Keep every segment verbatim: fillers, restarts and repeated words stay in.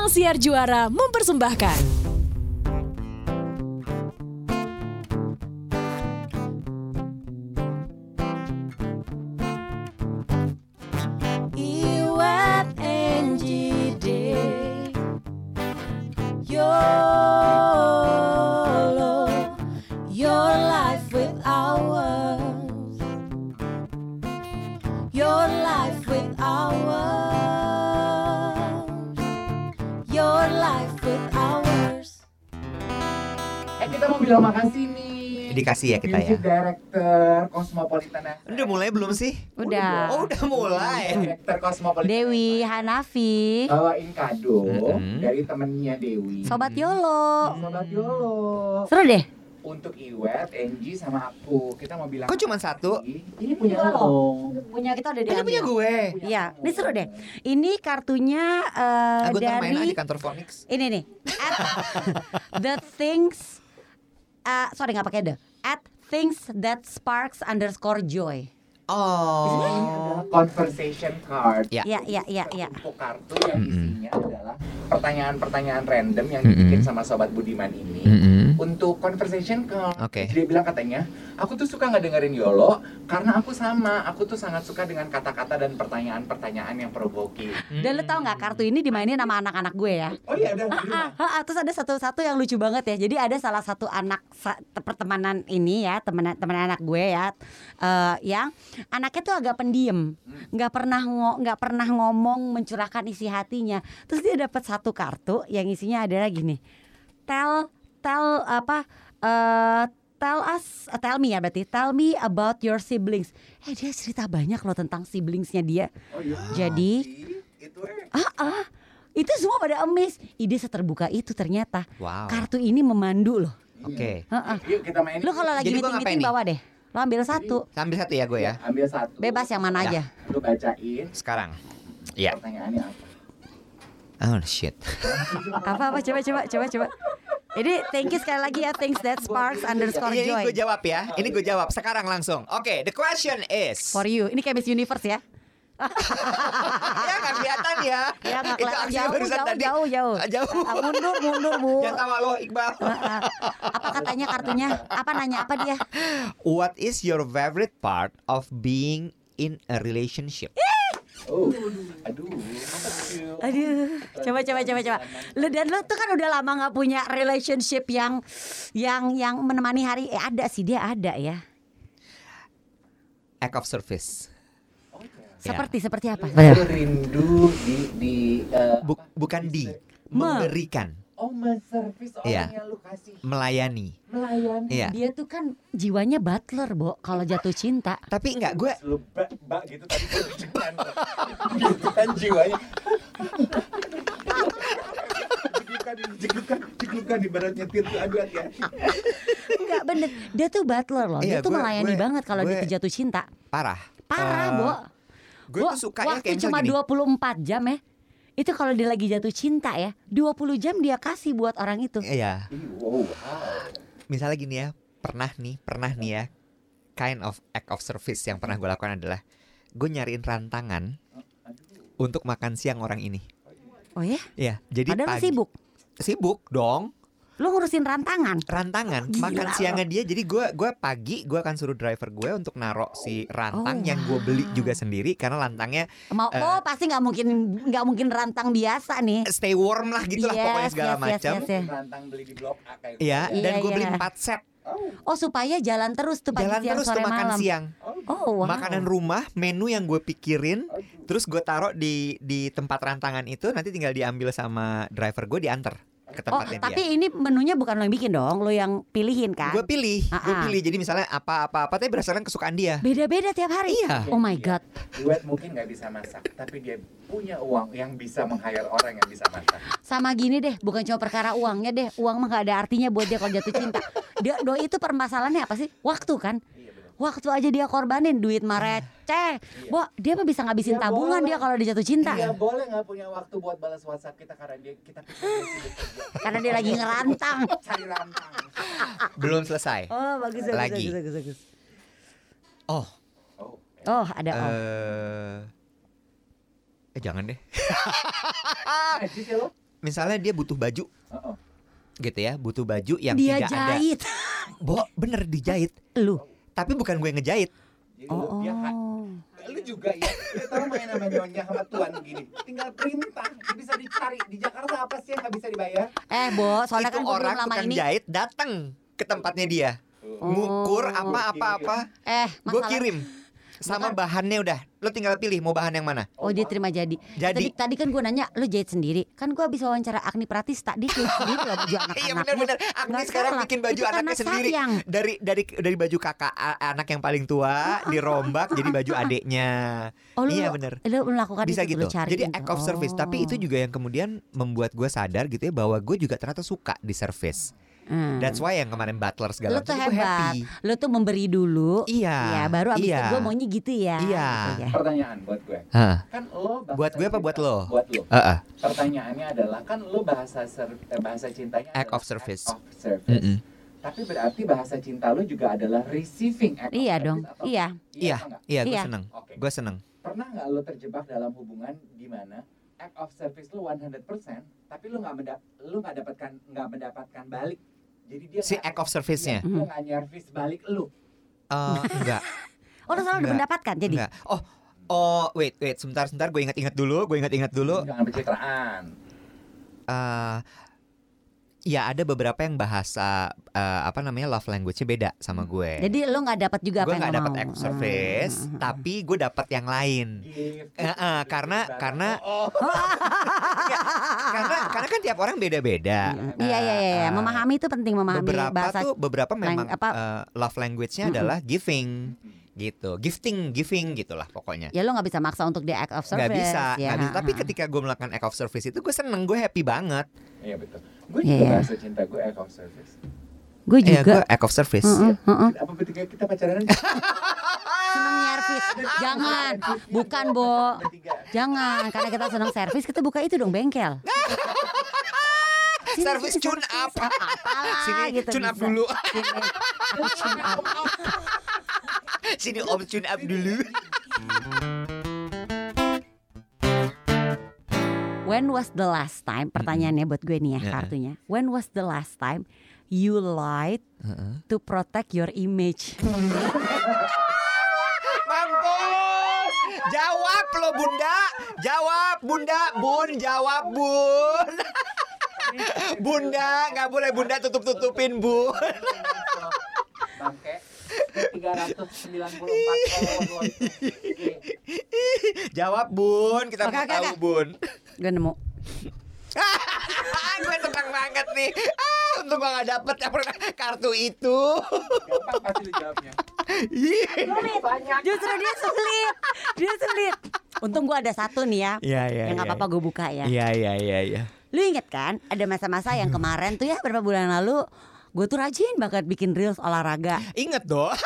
Sang Siar Juara mempersembahkan. Kita mau bilang makasih nih. Dikasih ya kita ya. Music Director Cosmopolitan F M. Udah mulai belum sih? Udah. Oh udah mulai. Director Cosmopolitan Dewi Hanafi bawain kado Mm-hmm. dari temennya Dewi. Sobat Yolo. Sobat Yolo. Seru deh. Untuk Iwet, Angie sama aku. Kita mau bilang. Kok cuma satu? Ini punya lo. Punya kita udah Ini punya gue. Iya, ini seru deh. Ini kartunya uh, Aku ntar main aja dari di kantor Phonix. ini nih. At the things uh, sorry nggak pakai the. At things that sparks underscore joy. Oh. Ini adalah conversation card. Ya. Iya, iya, iya, iya. Untuk kartu yang Mm-mm. isinya adalah pertanyaan-pertanyaan random yang Mm-mm. dibikin sama Sobat Budiman ini. Mm-mm. Untuk conversation card. Oke. Dia bilang katanya, aku tuh suka nggak dengerin Yolo karena aku sama, aku tuh sangat suka dengan kata-kata dan pertanyaan-pertanyaan yang provoking. Dan lu tau nggak kartu ini dimainin sama anak-anak gue ya? Oh iya, udah. Ah, ah, ah, terus ada satu-satu yang lucu banget ya. Jadi ada salah satu anak sa- pertemanan ini ya, teman teman anak gue ya, eh, yang anaknya tuh agak pendiam, nggak pernah ngo- nggak pernah ngomong mencurahkan isi hatinya. Terus dia dapat satu kartu yang isinya adalah gini, tell tell apa, eh, tell us, uh, tell me ya berarti, tell me about your siblings. Eh dia cerita banyak loh tentang siblingsnya dia. Oh iya. Jadi Itu eh. ah ah itu semua pada amazed. Ide seterbuka itu ternyata. Wow. Kartu ini memandu loh. Oke. Heeh. Yuk kita main. Lu kalau lagi Jadi gua ngapain meeting-meeting nih? bawa deh. Lo ambil satu. Ambil satu ya gue ya. Ambil satu. Bebas yang mana Ya. aja. Lu bacain Sekarang. Iya. pertanyaannya apa. Oh shit. Apa apa coba coba coba coba. Ini thank you sekali lagi ya, thanks that sparks underscore Ini joy. gue jawab ya. Ini gue jawab sekarang langsung. Oke, the question is. For you. Ini kayak Miss Universe ya. Ya nggak kelihatan ya. Ya nggak Itu kelihatan. aksinya Jauh barusan jauh, tadi. jauh jauh Ah, jauh. Ah, mundur mundur bu. Jangan tawa lo Iqbal. Apa katanya kartunya? Apa nanya apa dia? What is your favorite part of being in a relationship? Oh. Aduh. Apa sih? Aduh, coba coba coba coba. Lu dan lu tuh kan udah lama nggak punya relationship yang yang yang menemani hari. Eh ada sih dia ada ya. Act of service. Ya. Seperti seperti apa? Lu rindu di di eh, Bu- bukan di Me. memberikan, oh menservis orang Iya. yang lu kasih melayani. melayani. Iya. Dia tuh kan jiwanya butler, Bo, kalau jatuh cinta. Tapi enggak gue Lu bak bak gitu tadi gue dengan gitu kan jiwanya. Jeglukan, jeglukan, jeglukan ibarat nyetir tuh aduh hati-hati. Enggak bener. Dia tuh butler loh. Iya, Dia tuh gue- melayani gue- banget kalau dia gue- tuh jatuh cinta. parah. Parah, Eh, Bo. Gue Bo, tuh sukanya waktu kayak cuma misalnya gini. dua puluh empat jam ya. Itu kalau dia lagi jatuh cinta ya, dua puluh jam dia kasih buat orang itu. Iya. Ih, wow, wow. Misalnya gini ya, pernah nih, pernah nih ya, kind of act of service yang pernah gue lakukan adalah gue nyariin rantangan untuk makan siang orang ini. Oh ya? Iya, jadi Padahal pagi- sibuk. Sibuk dong. Lu ngurusin rantangan. Rantangan Gila makan loh. siangnya dia. Jadi gue gue pagi gue akan suruh driver gue untuk narok si rantang Oh, yang gue beli wow. juga sendiri karena rantangnya Mau Eh. oh pasti nggak mungkin nggak mungkin rantang biasa nih. stay warm lah gitulah Yes, pokoknya segala yes, yes, macam. yes, yes. Rantang beli di Blok A kayak Iya, gitu. dan Iya, gue beli iya. empat set. Oh supaya jalan terus tuh pagi Jalan siang terus sore tuh makan malam. siang. Oh wow. Makanan rumah, menu yang gue pikirin, terus gue taruh di di tempat rantangan itu, nanti tinggal diambil sama driver gue diantar ke Oh tempatnya tapi dia. ini menunya bukan lo yang bikin dong, lo yang pilihin kan? Gue pilih, gue Ah-ah. pilih. Jadi misalnya apa-apa-apa, tapi berdasarkan kesukaan dia. Beda-beda tiap hari. Iya. Oh my god. Iwet mungkin nggak bisa masak, tapi dia punya uang yang bisa meng-hire orang yang bisa masak. Sama gini deh, bukan cuma perkara uangnya deh. Uang mah gak ada artinya buat dia kalau jatuh cinta. Dia doi itu permasalahannya apa sih? Waktu kan? Iya benar. Waktu aja dia korbanin, duit mah receh. Bo, dia mah bisa ngabisin Ya, tabungan boleh. dia kalau dia jatuh cinta. Iya boleh nggak punya waktu buat balas WhatsApp kita karena dia kita pikir dia sibuk kerja. Karena dia lagi ngerantang. Cari rantang. Belum selesai. Oh bagus bagus Lagi. bagus bagus, bagus. Oh, Oh. Oh ada oh. eh, eh jangan deh. Najis ya lo? misalnya dia butuh baju, Uh-uh. gitu ya, butuh baju yang Dia tidak jahit. ada. Bo, bener dijahit. Lu. Tapi bukan gue yang ngejahit. Jadi Oh. lu, dia ha- oh. lu juga ya, lu tahu main sama nyonya sama tuan gini, tinggal perintah, bisa dicari di Jakarta apa sih yang nggak bisa dibayar? Eh, Bo, soalnya Itu kan gua orang belum lama tukang ini. jahit datang ke tempatnya dia, Oh. ngukur apa-apa-apa, Eh, gue masalah. kirim sama Bukan. bahannya udah. Lo tinggal pilih mau bahan yang mana. Oh, dia terima jadi. Jadi. Tadi, tadi kan gue nanya, lu jahit sendiri. Kan gue habis wawancara Agni Pratista, dia jahit sendiri loh baju anak-anaknya. Iya benar-benar. Agni Nggak sekarang salah. bikin baju Itu karena anaknya sendiri. sayang. Dari dari dari baju kakak a- anak yang paling tua dirombak jadi baju adeknya. Oh, lu, Iya benar. Lu melakukan Bisa itu, gitu. lu cari Jadi gitu. act of service. Oh. Tapi itu juga yang kemudian membuat gue sadar gitu ya bahwa gue juga ternyata suka di service. Hmm. That's why yang kemarin butler segala Lu tuh macam gue hebat. happy. Lu tuh memberi dulu. Iya. Ya, baru abis iya. itu gue maunya gitu ya. Iya. Gitu ya. Pertanyaan buat gue, Hah. kan lo bahasa Buat gue apa cinta- buat lo? Buat lo. Heeh. Pertanyaannya adalah kan lo bahasa ser- eh, bahasa cintanya Act adalah of service. act of service. Mm-mm. Tapi berarti bahasa cinta lo juga adalah receiving act of Iya service dong. atau- Iya. Iya, apa enggak? iya gue Iya. seneng. Oke. Gue seneng. Pernah nggak lo terjebak dalam hubungan di mana act of service lo seratus persen tapi lo nggak mendap lo nggak dapatkan nggak mendapatkan balik. Jadi dia Si nggak- act of service-nya. Iya, dia nggak nyervis balik lo. Eh, enggak. Oh, lu selalu Enggak. mendapatkan jadi. Enggak. Oh, oh, wait, wait, sebentar, sebentar, gue ingat-ingat dulu, gue ingat-ingat dulu. Jangan pencitraan. Eh, ya ada beberapa yang bahasa eh, apa namanya love language-nya beda sama gue. Jadi lu nggak dapat juga gue apa yang nggak lu dapat mau. act of service, Hmm. tapi gue dapat yang lain. Gift. Eh, eh, karena karena Oh, ya, karena karena kan tiap orang beda-beda. Iya iya iya, iya. Eh, memahami itu penting, memahami beberapa bahasa. tuh beberapa memang apa- eh, love language-nya Mm-mm. adalah giving gitu, gifting, giving gitulah pokoknya. Ya lu nggak bisa maksa untuk dia act of service. Nggak bisa, ya. nggak bisa. Tapi ketika gue melakukan act of service itu gue seneng, gue happy banget. iya betul. Gue Iya, juga iya. bahasa cinta gue act of service. Gue Iya, gue juga. act of service. Heeh, heeh. Apa bertiga kita pacaran? Seneng nyervis. Jangan, bukan Bo. Jangan, karena kita seneng servis kita buka itu dong bengkel. Sini, Service sini, tune servis. up. Apalah, Sini gitu tune up bisa. dulu. Sini, aku tune up. Sini om tune up dulu. When was the last time? Pertanyaannya buat gue nih ya Heeh. kartunya. When was the last time you lied to protect your image? Mampus! Jawab lo bunda, jawab bunda, bun, jawab bun. Bunda, nggak boleh bunda tutup-tutupin bun. Bangke tiga ratus sembilan puluh empat follower. Jawab bun, kita Oke, mau oke, tahu oke. bun. Gue nemu. Gue senang banget nih. Ah, untung gue gak dapet yang pernah kartu itu. Gampang pasti lu jawabnya. Ih. Banyak. Justru dia sulit. Dia sulit. Untung gue ada satu nih ya. Iya, iya. Yang nggak apa-apa gue buka ya. Iya, iya, iya, iya. Lu inget kan ada masa-masa yang kemarin tuh ya beberapa bulan lalu gue tuh rajin banget bikin reels olahraga. Ingat dong.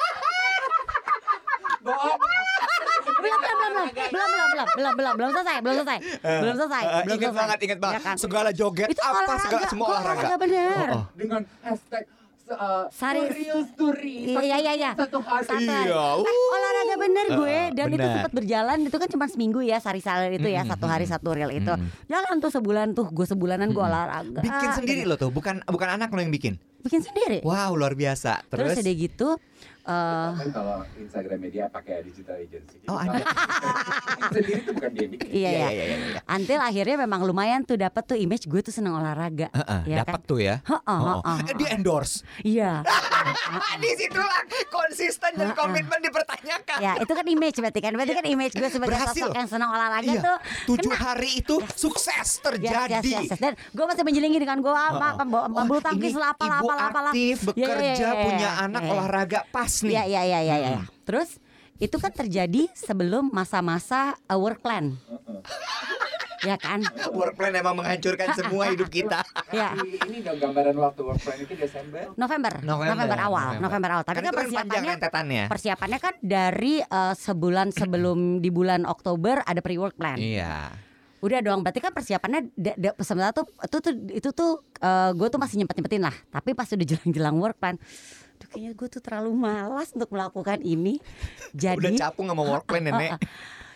Bohong. Belum belum belum belum belum belum belum belum belum belum selesai belum selesai belum selesai Eh, belum ingat selesai. banget, ingat banget. Ya kan? Segala joget Itu apa olahraga, segala semua kok olahraga. olahraga bener. Oh, oh. Dengan hashtag uh, Sari- Reels to Reels. Iya iya iya. Satu hari. Satu hari. Iya, Eh, uh. olahraga bener gue Uh, dan itu bener. sempat berjalan itu kan cuma seminggu ya sari-sari itu ya Mm-mm, satu hari satu reel itu. Mm-mm. Jalan tuh sebulan tuh gue sebulanan gue Mm-mm. olahraga. Bikin sendiri lo tuh, bukan bukan anak lo yang bikin. Bikin sendiri. Wow, luar biasa. Terus Terus, udah gitu eh Kan kalau Instagram media pakai digital agency. Oh, ada. Sendiri tuh bukan dia bikin. iya ya. iya, iya, iya. Until akhirnya memang lumayan tuh dapat tuh image gue tuh seneng olahraga. Heeh, Iya dapat kan? tuh ya. Heeh, Oh, oh. heeh, Eh, Di endorse. Iya. Di situlah konsisten dan Heeh. komitmen dipertanyakan. Ya itu kan image berarti kan. Berarti kan image gue sebagai Berhasil. sosok yang senang olahraga Iya, tuh tujuh kena. hari itu sukses Yes, terjadi. yes, yes, yes. Dan gue masih menjelingi dengan gue apa Oh, apa bulu tangkis ini lah apalah ibu apalah apalah. aktif, Ya, ya, bekerja, ya, ya, punya ya, anak, ya, ya. olahraga pas nih. Iya iya iya iya ya. Terus itu kan terjadi sebelum masa-masa uh, work plan. Ya kan? Work plan emang menghancurkan semua hidup kita. Ya. Ini, ini dong gambaran waktu work plan itu Desember. November, November, November, awal, November. November awal. Tapi Karena kan itu kan panjang persiapannya rentetannya. persiapannya kan dari uh, sebulan sebelum di bulan Oktober ada pre-work plan. Iya. Udah dong, berarti kan persiapannya da- da- sebenarnya tuh itu tuh itu tuh uh, gue tuh masih nyempet-nyempetin lah. Tapi pas udah jelang-jelang work plan, tuh kayaknya gue tuh terlalu malas untuk melakukan ini. Jadi Udah capung sama work plan nenek.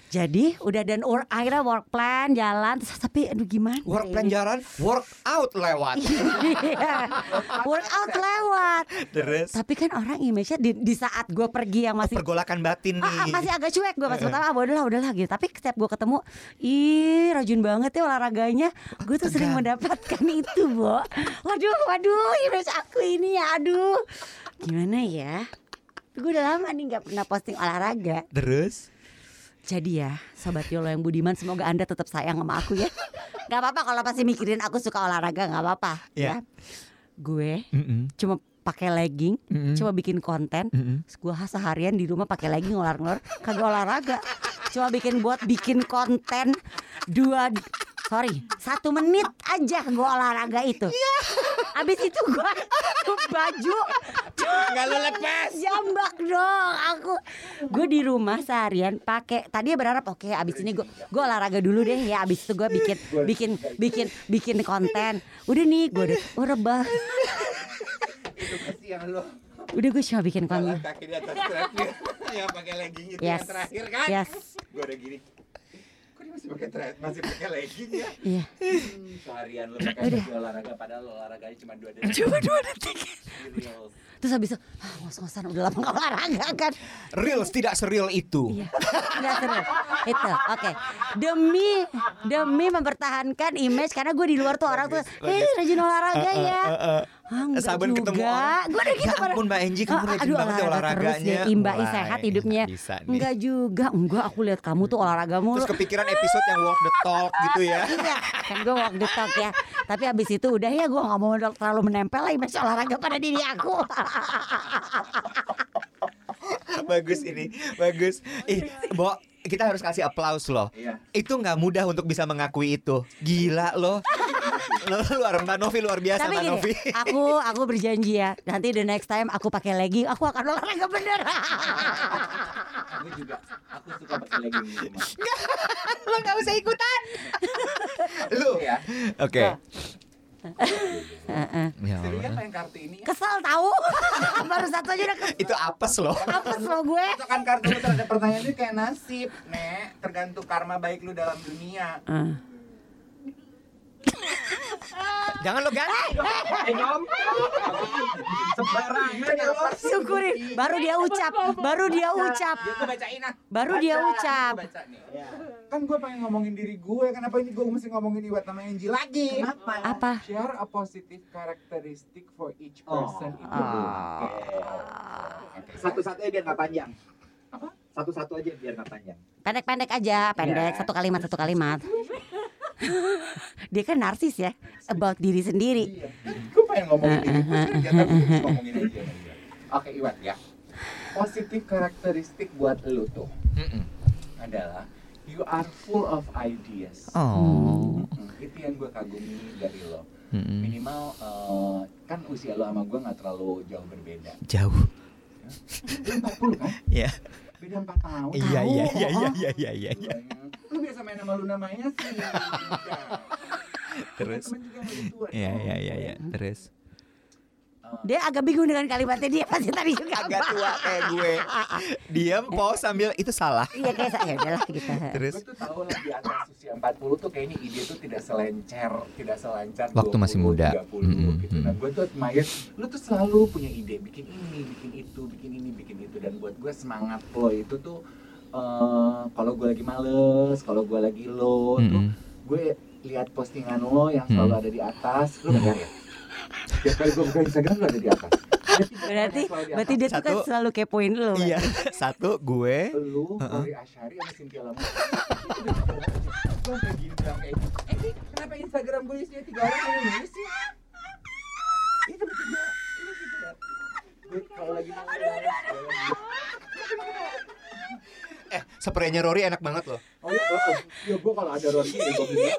Jadi udah dan or, akhirnya work plan jalan terus tapi aduh gimana? Work plan ini? jalan, work out lewat. Iya. Work out lewat. Terus Tapi kan orang image-nya di, di saat gue pergi yang masih pergolakan batin nih. Ah, ah, masih agak cuek gue pas pertama, ah udahlah udahlah gitu. Tapi setiap gue ketemu, ih rajin banget ya olahraganya. Gue tuh sering mendapatkan itu, Bo. Waduh, waduh, image aku ini ya, aduh. Gimana ya? Gue udah lama nih nggak pernah posting olahraga. Terus Jadi ya, sobat Yolo yang budiman, semoga Anda tetap sayang sama aku ya. Gak apa-apa kalau pasti mikirin aku suka olahraga, gak apa-apa Ya. ya. Gue Mm-mm. cuma pakai legging, Mm-mm. cuma bikin konten. Mm-mm. Terus gue seharian di rumah pakai legging ngelar-ngelar, kagak olahraga. Cuma bikin buat bikin konten dua sorry satu menit aja gue olahraga itu. Abis itu gue tutup baju, Nggak lu lepas. jambak dong aku. Gue di rumah seharian pakai. Tadi berharap oke abis ini gue gue olahraga dulu deh ya. Abis itu gue bikin bikin bikin bikin konten. Udah nih gue udah oh, rebah. Itu kesian lo. Udah gue cuma bikin konten. Kaki di atas terakhir. Yang pakai legging itu Yes. yang terakhir kan. Yes. Gue udah gini. Kok dia masih pakai thread, masih pakai legging ya? Iya. Hmm, seharian lo pakai baju olahraga padahal lo olahraganya cuma dua detik. Cuma dua detik. Real. Terus habis itu ah, ngos-ngosan udah lama gak olahraga kan. Reels tidak seril itu. Iya. Enggak seru. Itu oke. Demi demi mempertahankan image karena gue di luar tuh orang tuh eh rajin olahraga ya. Ah, enggak Saben juga. ketemu orang. Gue udah gitu Ya ampun Mbak Enji, kamu Ah, rajin aduh, banget ya olahraga olahraganya. terus deh, imbai Wah, sehat hidupnya. nggak bisa nih. Enggak juga. Enggak, aku lihat kamu tuh olahraga mulu. Terus kepikiran episode yang walk the talk gitu ya. Iya, kan gue walk the talk ya. Tapi habis itu udah ya gue gak mau terlalu menempel lah image olahraga pada diri aku. Bagus ini, bagus. Ih, Bo, kita harus kasih applause loh. Iya. Itu nggak mudah untuk bisa mengakui itu. Gila loh. Lo luar Mbak Novi luar biasa Tapi Mbak gini, Novi. aku aku berjanji ya. Nanti the next time aku pakai legging, aku akan olahraga bener. Aku juga, aku suka pakai legging di rumah. Lo nggak usah ikutan. Lu ya. Oke. Heeh. Ya Serunya Allah. pengen kartu ini ya. Kesel tahu. Baru satu aja udah kesel. Itu apes loh. Apes lo gue. Itu kan kartu lu terhadap pertanyaan itu kayak nasib, Nek. Tergantung karma baik lu dalam dunia. Jangan lo ganti. Sembarangan ya lo. Syukurin. Baru dia ucap. Baru dia ucap. Dia tuh bacain ah. Baru dia Baca, ucap. gua baca nih. Kan gue pengen ngomongin diri gue, kenapa ini gue mesti ngomongin Iwat sama Angie lagi? Kenapa? Apa? Share a positive characteristic for each Oh. person itu. Ah. Satu-satu aja biar nggak panjang. Apa? Satu-satu aja biar nggak panjang. Pendek-pendek aja, pendek Iya. satu kalimat satu kalimat. Dia kan narsis ya, about diri sendiri. Iya. Gue pengen ngomongin diri gue sendiri, tapi gue mesti ngomongin aja. Oke Iwat ya. Positive characteristic buat lu tuh Mm-mm. adalah you are full of ideas. Oh. Hmm, itu yang gue kagumi dari lo. Mm-mm. Minimal eh, kan usia lo sama gue nggak terlalu jauh berbeda. Jauh. Lu empat puluh kan? Ya. Beda empat tahun. Iya Tahu, iya iya oh. iya iya iya iya. iya. Lu biasa main sama lu namanya sih. Terus. Temen juga yang lebih tua. Iya iya iya iya. Terus. Dia agak bingung dengan kalimatnya dia pasti tadi juga. Agak apa. tua kayak gue. Diam pause sambil itu salah. Iya kayak saya udahlah gitu. Terus. Gue tuh tahu lah di atas usia empat puluh tuh kayaknya ide tuh tidak selencer, tidak selancar Waktu dua puluh, masih muda. tiga puluh Mm-mm, gitu. Nah, mm. gue tuh admire lu tuh selalu punya ide, bikin ini, bikin itu, bikin ini, bikin itu, dan buat gue semangat lo itu tuh eh, kalau gue lagi males, kalau gue lagi low tuh Mm-mm. gue lihat postingan lo yang selalu Mm. ada di atas, lu nggak ya? Tiap kali gue buka Instagram lu ada di atas. Berarti Selalu di berarti atas. dia tuh kan Satu. selalu kepoin lu. Iya. Satu gue. Lu, Heeh. Rory Asyari sama Cynthia Lamu. Gue kayak gini bilang kayak gitu. Eh, Di, kenapa Instagram gue isinya tiga orang yang nulis sih? Itu bertiga. Lu gitu kan. Gue kalau lagi mau Eh, spraynya Rory enak banget loh. Oh iya, oh, iya gue kalau ada Rory ya gue beli.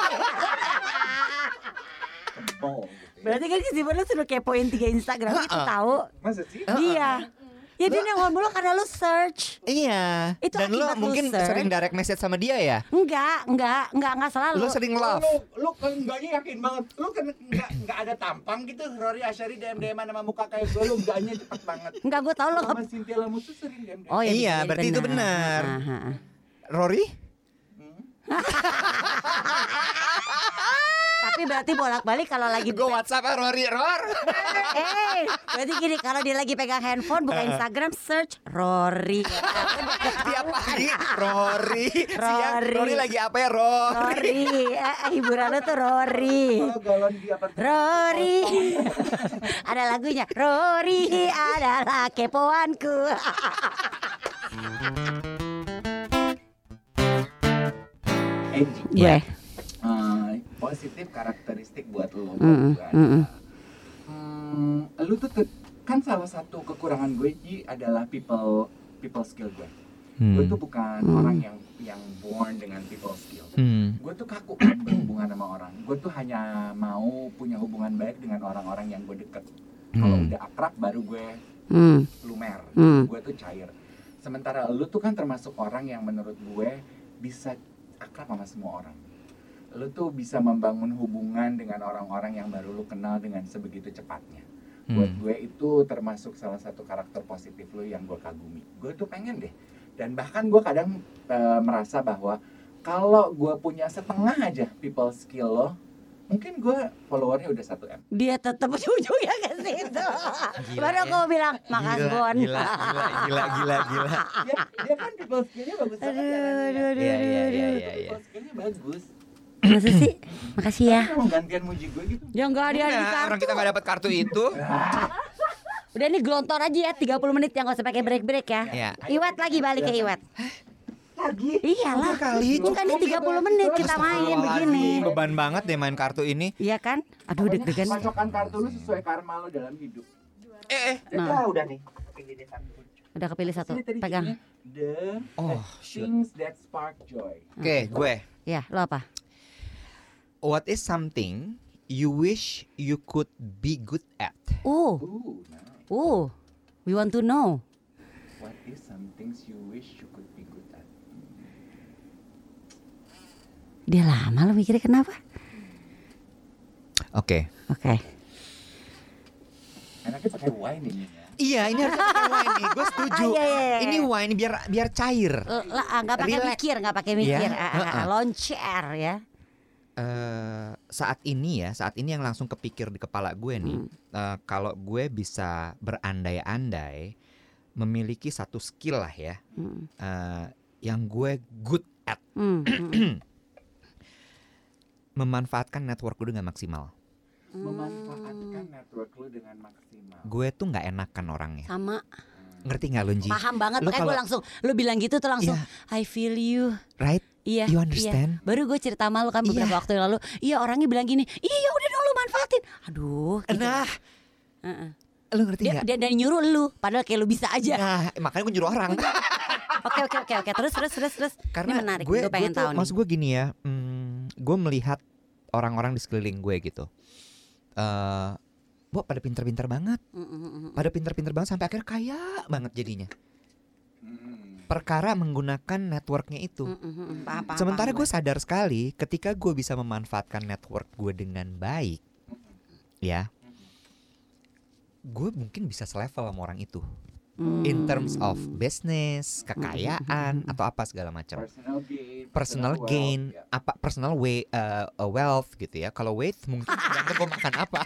Kembol gitu. Berarti kan kesimpulan lu sudah kepoin tiga Instagram itu Heeh. tahu. Masa sih? Dia. Ya dia nongol mulu karena lu search. Iya. Itu Dan lo akibat lu mungkin search. sering direct message sama dia ya? Enggak, enggak, enggak, enggak selalu. Lo sering love. Lu, lu kan enggaknya yakin banget. Lu kan enggak enggak ada tampang gitu. Rory Asyari D M D M-an sama muka kayak gue, lu enggaknya cepet banget. Enggak, gue tahu lo. Sama Cynthia Lamu tuh sering D M D M. Oh ya, Iya, bisa jadi berarti itu benar. Ah, ah, ah. Rory? Tapi berarti bolak-balik kalau lagi Gue WhatsApp Rory, Ror. Eh, berarti gini, kalau dia lagi pegang handphone buka Instagram, search Rory. Tiap pagi Rory. Siang, Rory. Rory lagi apa ya, Rory? Rory, eh, hiburan lu tuh Rory. Kalau galon di apartemen. Rory. Ada lagunya, Rory adalah kepoanku. Angie, Gue. eh, positif karakteristik buat lo. Mm-mm, buat gue mm-mm. adalah, hmm, lu tuh te- kan salah satu kekurangan gue Ji, adalah people people skill gue. Gue tuh bukan Hmm. orang yang yang born dengan people skill. Hmm. Gue tuh kaku kan berhubungan sama orang. Gue tuh hanya mau punya hubungan baik dengan orang-orang yang gue deket. Kalau Hmm. udah akrab baru gue Hmm. lumer. Hmm. Gue tuh cair. Sementara lu tuh kan termasuk orang yang menurut gue bisa akrab sama semua orang. Lu tuh bisa membangun hubungan dengan orang-orang yang baru lu kenal dengan sebegitu cepatnya. Buat Hmm. gue itu termasuk salah satu karakter positif lu yang gue kagumi. Gue tuh pengen deh. Dan bahkan gue kadang eh, merasa bahwa kalau gue punya setengah aja people skill lo, mungkin gue followernya udah satu M. Dia tetap ujung-ujungnya ke situ. Baru ya. aku bilang, makan Gila, Bon. gila, gila, gila, gila, gila. dia, dia kan people skillnya bagus banget. Aduh, jalannya. aduh, aduh, Iya, iya, aduh, iya, aduh. iya, iya. People skillnya bagus. Masa sih? Makasih ya. Mau gantian muji gue gitu. Ya enggak ada di Nah, orang kartu. kita nggak dapat kartu itu. Udah nih gelontor aja ya tiga puluh menit yang gak usah pakai break-break ya. Ya. Iwat lagi balik ke Iwat. Lagi. Iyalah. Kali Ini kan ini tiga puluh menit kita main begini. Beban banget deh main kartu ini. Iya kan? Aduh deg-degan. Pacokan kartu lu sesuai karma lu dalam hidup. Eh, eh. Nah, udah nih. Pilih deh satu. udah kepilih satu. Sini tadi Pegang. judulnya, The Oh, the shoot. Things That Spark Joy. Oke, gue. Ya, lo apa? What is something you wish you could be good at? Oh, Ooh, nice. oh. We want to know. What is some things you wish you could be good at? Dia lama lo mikirnya kenapa? Oke. Oke. Enaknya pakai wine ini ya. Iya, ini harus pakai wine nih. Gue setuju. Iya, iya, iya. Ini wine biar biar cair. L- Lah, ah, nggak pakai Relax. mikir, nggak pakai mikir. Iya, Ah, ah, heeh. ah, loncer ya. Eh, saat ini ya, saat ini yang langsung kepikir di kepala gue nih, Hmm. eh, kalau gue bisa berandai-andai memiliki satu skill lah ya, Hmm. eh, yang gue good at, Hmm, hmm, memanfaatkan network gue dengan maksimal. hmm. Memanfaatkan network lu dengan maksimal. Gue tuh nggak enakan orangnya, Sama, ngerti nggak lo Ji? paham banget. Lu Makanya gue kalau- langsung, lu bilang gitu tuh langsung, Iya. I feel you. Right? Iya, You iya. understand? Baru gue cerita sama lu kan beberapa Iya. waktu yang lalu. Iya, orangnya bilang gini, iya udah dong lu manfaatin. Aduh, gitu. Nah, Heeh. lo ngerti Dia, nggak? dia, dia nyuruh lu, padahal kayak lu bisa aja. Nah, makanya gue nyuruh orang. Oke, oke, oke, oke. Terus, terus, terus, terus. Karena Ini menarik. gue, Gue pengen gue tuh, tahu maksud nih. gue gini ya, hmm, gue melihat orang-orang di sekeliling gue gitu, eh, wah pada pinter-pinter banget, Mm, mm, mm, mm. pada pinter-pinter banget sampai akhirnya kaya banget jadinya. Hmm. Perkara menggunakan networknya itu. Mm, mm, mm, mm. Paham, paham, Sementara paham gue sadar sekali, ketika gue bisa memanfaatkan network gue dengan baik, ya, gue mungkin bisa selevel sama orang itu. Hmm. In terms of business, kekayaan, atau apa segala macam. Personal gain, Personal wealth, gain, ya. apa personal way, uh, uh, wealth gitu ya. Kalau weight mungkin tergantung gue makan apa.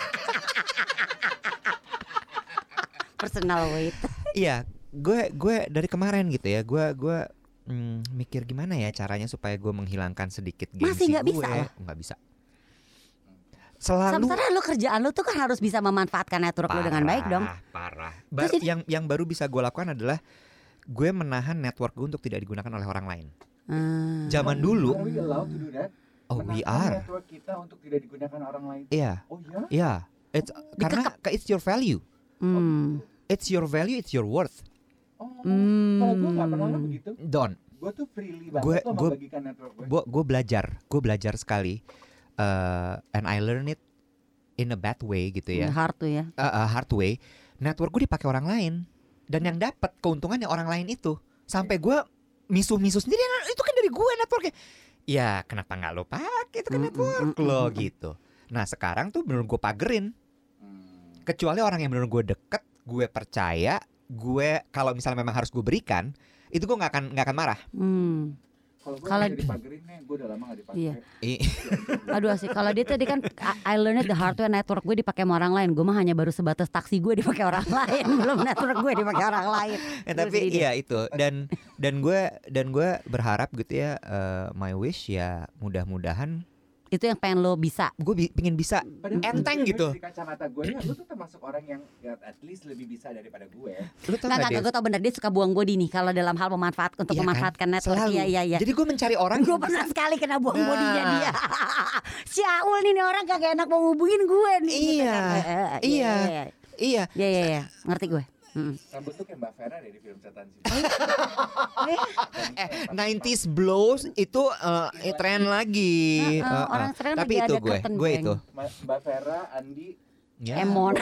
Personal weight. Iya, gue gue dari kemarin gitu ya, gue gue mm, mikir gimana ya caranya supaya gue menghilangkan sedikit gengsi Masih nggak gue. bisa loh. Nggak bisa. Selalu Sementara lu kerjaan lu tuh kan harus bisa memanfaatkan network lu dengan baik dong. Parah. Ba- Terus jadi- yang yang baru bisa gue lakukan adalah gue menahan network gue untuk tidak digunakan oleh orang lain. Hmm. Zaman dulu, Are we allowed to do that? oh we Menahan are, network kita untuk tidak digunakan orang lain. iya, Oh ya? iya. It's karena it's your value, Hmm. it's your value, it's your worth. Oh, Hmm. kalau gue nggak pernah begitu. Don't. Gue tuh freely banget Gue- tuh gue- membagikan network gue. Gue gue belajar, gue belajar sekali, uh, and I learn it in a bad way gitu ya, Hard tuh ya. uh, uh, hard way. Network gue dipakai orang lain, dan yang dapat keuntungannya orang lain itu. Sampai gue misuh-misuh sendiri, itu kan dari gue networknya. Ya kenapa nggak lo pakai itu kan Mm, network mm, mm, lo mm, mm. gitu. Nah sekarang tuh bener gue pagerin. Hmm. Kecuali orang yang bener gue deket, gue percaya, gue kalau misalnya memang harus gue berikan, itu gue nggak akan nggak akan marah. Hmm. Kalau gue Kalau- udah dipagerin nih, gue udah lama gak dipakai. Iya. I- Aduh asik. Kalau dia tadi kan I- I learned the hard way, network gue dipakai sama orang lain. Gue mah hanya baru sebatas taksi gue dipakai orang lain, belum network gue dipakai orang lain. Ya, Terus tapi jadi iya itu dan dan gue dan gue berharap gitu ya, eh, my wish ya mudah-mudahan itu yang pengen lo bisa. gue bi- pengen bisa Padahal enteng gue- gitu. Di kacamata gue, ya, lu tuh termasuk orang yang ya, at least lebih bisa daripada gue. Lu tau Nggak, gak nggak, gue tau bener dia suka buang body nih kalau dalam hal memanfaat untuk Iya kan? memanfaatkan network. Selalu. Iya iya iya. Jadi gue mencari orang Gue yang pernah bisa- sekali kena buang Nah. bodinya dia. Si Aul nih, nih orang kagak enak mau hubungin gue nih. gitu Iya, kan. Eh, eh, iya. Iya Iya. iya iya, iya. Ngerti gue. Mm. Rambut tuh kayak Mbak Vera deh di film setan sih. Eh, nineties blows itu eh, tren lagi. Heeh, Eh, eh. orang tren Tapi lagi itu ada gue, curtain gue bang. itu. Ma- Mbak Vera, Andi, Ya. Emon.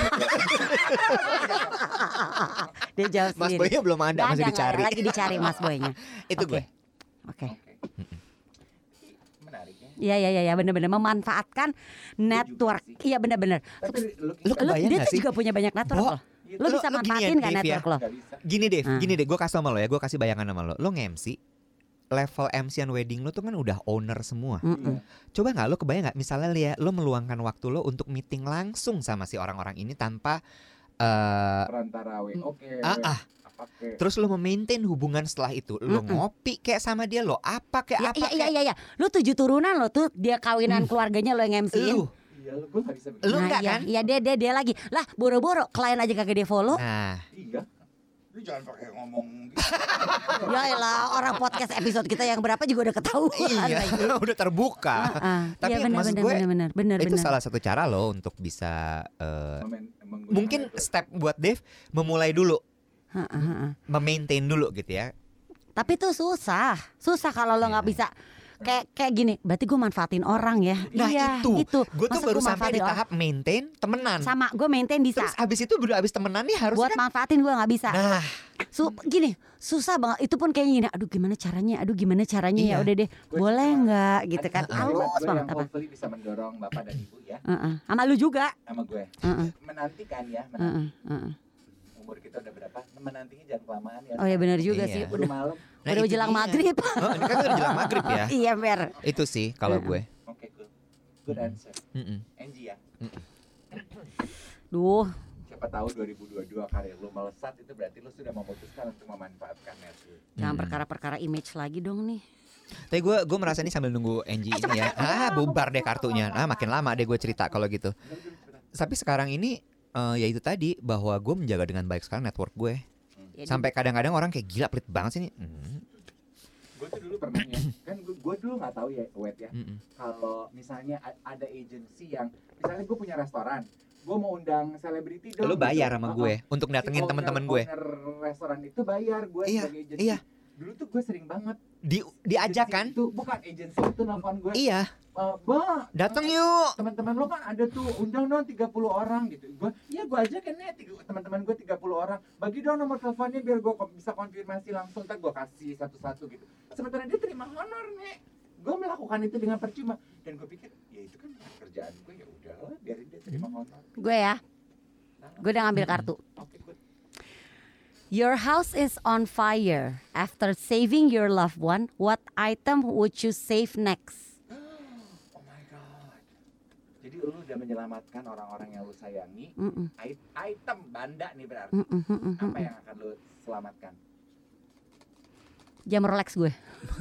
Dia jawab Mas sendiri. Boynya belum ada, Nggak masih ada, dicari. nggak ada, lagi dicari Mas Boynya. Itu Oke. gue. Oke. menarik ya. Iya iya iya benar-benar memanfaatkan network. sih. Iya benar-benar. Tapi lu, Lu Lu kebayang dia nggak tuh sih? juga punya banyak network Bo, loh. Lu lu- bisa lu gini ya, manfaatin kan Dave, ya. network lo? gak bisa. Gini Dave, Ah. gini deh, gue kasih sama lo ya, gue kasih bayangan sama lo. Lo nge-M C, level M C-an wedding lo tuh kan udah owner semua. Mm-mm. Coba nggak lo kebayang nggak, misalnya li ya, lo meluangkan waktu lo untuk meeting langsung sama si orang-orang ini tanpa eh Perantara W, oke. ah, ah. Apa ke? terus lo memaintain hubungan setelah itu. Lo Mm-mm. ngopi kayak sama dia, lo apa kayak Iya apa iya iya kayak iya iya. Lu tujuh turunan lo tuh dia kawinan keluarganya lo yang M C-in. lo. Iya, gue gak bisa begitu. Lu Nah, enggak iya, kan? Iya dia dia dia lagi. Lah boro-boro klien aja kagak dia follow. Nah, Iya. Lu jangan pakai ngomong gitu. Ya elah orang podcast episode kita yang berapa juga udah ketahuan. iya, lagi. udah terbuka. Ah, Tapi iya, benar, maksud benar, gue, benar, benar, benar, Itu benar. salah satu cara lo untuk bisa eh, Momen- menggunakan mungkin network. step buat Dave memulai dulu, Ha, ha, ha. memaintain dulu gitu ya. Tapi itu susah, susah kalau lo nggak Iya. bisa kayak kayak gini. Berarti gue manfaatin orang ya. Nah Iya, itu, gue tuh Maksud baru gua sampai di manfaatin tahap maintain temenan. orang. Sama gue maintain bisa. Terus abis itu baru abis temenan nih harusnya Buat kan. manfaatin gue nggak bisa. Nah, Su gini susah banget. Itu pun kayak gini. Aduh gimana caranya? Aduh gimana caranya Iya. ya? Udah deh, Gue boleh cuma- nggak gitu kan? Ada Halus kalimat gue banget yang apa? hopefully bisa mendorong bapak dan ibu ya, Heeh. Sama lu juga. sama gue. Heeh. Menantikan ya, menanti. Heeh, heeh. Umur kita udah berapa? Menantinya jangan kelamaan ya. Oh ya benar juga Iya. sih. Udah Udah malam. nah udah itu jelang dia. maghrib. Oh, ini kan udah jelang maghrib ya. Iya Ber. Itu sih kalau Heeh. gue. Oke, good. Good answer. Mm-mm. Angie ya. Duh, Siapa tahu dua ribu dua puluh dua karir lu melesat, itu berarti lu sudah memutuskan untuk memanfaatkan network. jangan Hmm. perkara-perkara image lagi dong nih. Tapi gue gue merasa ini sambil nunggu Angie ini ya. Ah bubar deh kartunya. Ah makin lama deh gue cerita kalau gitu. Tapi sekarang ini eh, ya itu tadi bahwa gue menjaga dengan baik sekarang network gue. Ya, Sampai kadang-kadang orang kayak gila pelit banget sih nih. Hmm. Gue tuh dulu pernah ya, kan gue, gue dulu nggak tahu ya, wet ya. Mm-mm. Kalau misalnya a- ada agensi yang, misalnya gue punya restoran, gue mau undang selebriti dong. Lu bayar gitu. sama Uh-uh. gue untuk Si datengin owner- teman-teman gue. Owner restoran itu bayar gue Iya, sebagai agensi. iya. Dulu tuh gue sering banget. Di diajak agensi kan? Itu bukan agensi itu nelfon gue. Iya, "Eh, Ba, datang yuk. teman-teman lo kan ada tuh, undang dong tiga puluh orang gitu. Gue, iya gue aja kan nih tiga- teman-teman gue tiga puluh orang. Bagi dong nomor teleponnya biar gue ko- bisa konfirmasi langsung, ntar gue kasih satu-satu gitu. Sementara dia terima honor nih. Gue melakukan itu dengan percuma dan gue pikir, ya itu kan kerjaan gue, ya udahlah biarin dia terima honor. gue ya, gue udah ngambil kartu. Oke, good. Your house is on fire. After saving your loved one, what item would you save next? Oh my god. Jadi lu udah menyelamatkan orang-orang yang lu sayangi. Mm-mm, It- Item banda nih berarti. mm-mm, mm-mm, Apa mm-mm. yang akan lu selamatkan? Jam Rolex gue.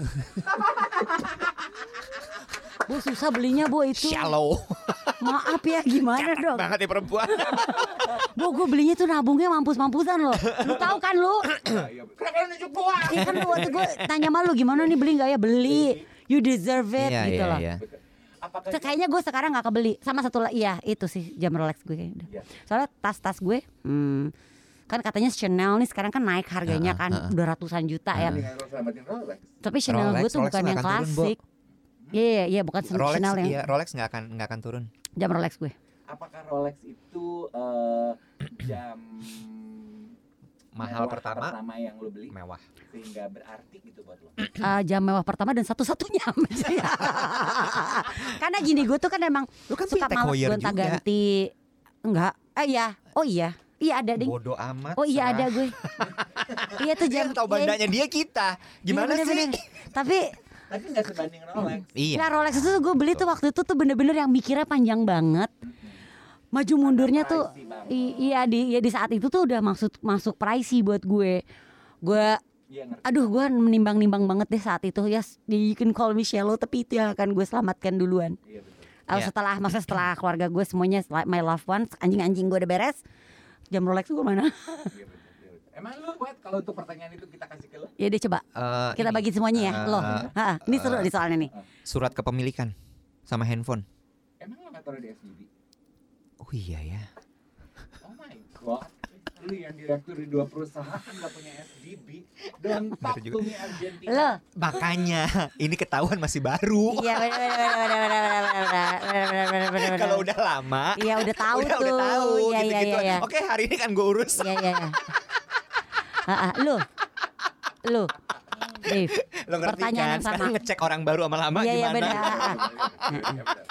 Bu susah belinya bu itu. Shallow Maaf ya gimana dong. banget ya perempuan. Bu gue belinya tuh nabungnya mampus-mampusan loh. Lu tahu kan lu? Iya, betul. Kenapa lu nunjuk gua? Iya kan lu waktu gue tanya sama lu gimana nih beli nggak ya beli. You deserve it Iya gitu iya loh. iya. Apakah Terus kayaknya gue sekarang nggak kebeli. Sama satu lagi ya itu sih jam Rolex gue kayaknya. Iya. Soalnya tas-tas gue, hmm, kan katanya Chanel nih sekarang kan naik harganya Heeh, kan heeh. udah ratusan juta ya. dengan lu selamatin Rolex? Tapi Chanel Rolex, gue tuh Rolex bukan nggak yang akan turun, Bo. klasik. Iya iya iya bukan Rolex Chanel yang iya, Rolex nggak akan nggak akan turun. jam Rolex gue. Apakah Rolex itu eh, jam Mahal mewah pertama, pertama yang lu beli mewah. sehingga berarti gitu buat lo? Eh, jam mewah pertama dan satu-satunya. Karena gini gue tuh kan emang Lu kan suka punya Tag males Heuer gonta-ganti. Enggak. Eh iya. Oh iya. Iya ada ding. Bodoh amat. Oh iya serah. ada gue. Iya tuh Dia jam. yang tahu iya, bandanya dia kita. iya, Gimana sih? bener-bener. Tapi Tapi nggak sebanding Rolex. Iya. Nggak, Rolex itu gue beli tuh waktu itu tuh bener-bener yang mikirnya panjang banget. Maju mundurnya tuh i- iya di ya di saat itu tuh udah masuk masuk pricey buat gue. Gue Iya ngerti. aduh gue menimbang-nimbang banget deh saat itu ya. You can call me shallow, tapi itu yang akan gue selamatkan duluan. Iya betul. Uh, Iya. Setelah masa setelah keluarga gue semuanya like my loved ones, anjing-anjing gue udah beres, jam Rolex gue mana? Iya betul. Iya betul. Emang lu buat kalau untuk pertanyaan itu kita kasih ke lu? Ya deh coba Eh, kita ini, bagi semuanya ya. eh, Lo, Ha, ini seru nih soalnya nih. surat kepemilikan sama handphone. Emang lu nggak taruh di S D B? Oh iya ya. Oh my god. Lu yang direktur di dua perusahaan nggak punya S D B. Don't talk Bener juga. to me Argentina. Lo, Makanya ini ketahuan masih baru. iya benar benar benar benar benar benar benar benar benar. Kalau udah lama, Iya udah tahu udah, tuh. udah tahu Iya iya gitu-gitu. iya. Oke, hari ini kan gue urus. Iya iya. iya. Ah, ah, Lu, lu, Dave. Lo ngerti Pertanyaan kan? yang sama. Sekarang ngecek orang baru sama lama Iya iya gimana? benar. Ah, ah. Iya, benar.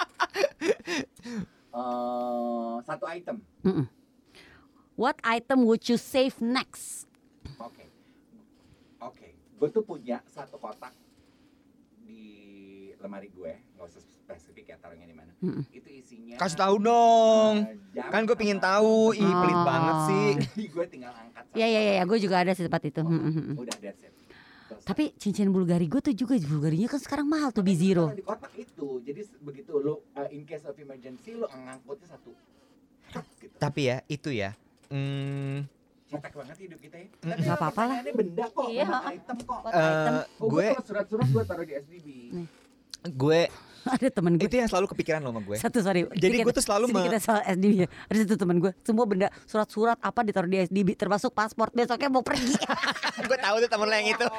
Eh, satu item. Mm-mm. What item would you save next? Oke. Oke. Gue tuh punya satu kotak di lemari gue, nggak usah spesifik ya taruhnya di mana. Mm-mm. Itu isinya. Kasih tahu dong. eh, jam Kan gue pingin sama- tahu. Ih, pelit Oh. banget sih. Jadi gue tinggal angkat. satu Iya iya iya, kotak. gue juga ada sih tempat itu. Mm, mm, mm. Udah that's it. Selesai. Tapi cincin Bulgari gue tuh juga Bulgarinya kan sekarang mahal tuh B zero. Kalau di kotak itu, jadi se- begitu lo uh, in case of emergency lo ngangkutnya satu. Gitu. Tapi ya, itu ya. Hmm, Cetek banget hidup kita ya. Mm, Tapi nggak apa-apa lah. pertanyaannya benda kok, Iya, bukan ha-ha. item kok. What eh, item? Oh, gue, kalau surat-surat gue taruh di S D B. Nih. gue Ada temen gue. itu yang selalu kepikiran lo sama gue. Satu sorry. Jadi Sini gue kita- tuh selalu sini me- kita soal S D B ya. Ada satu temen gue, semua benda surat-surat apa ditaruh di S D B, termasuk paspor. Besoknya mau pergi. Gue tahu tuh temen lo yang itu.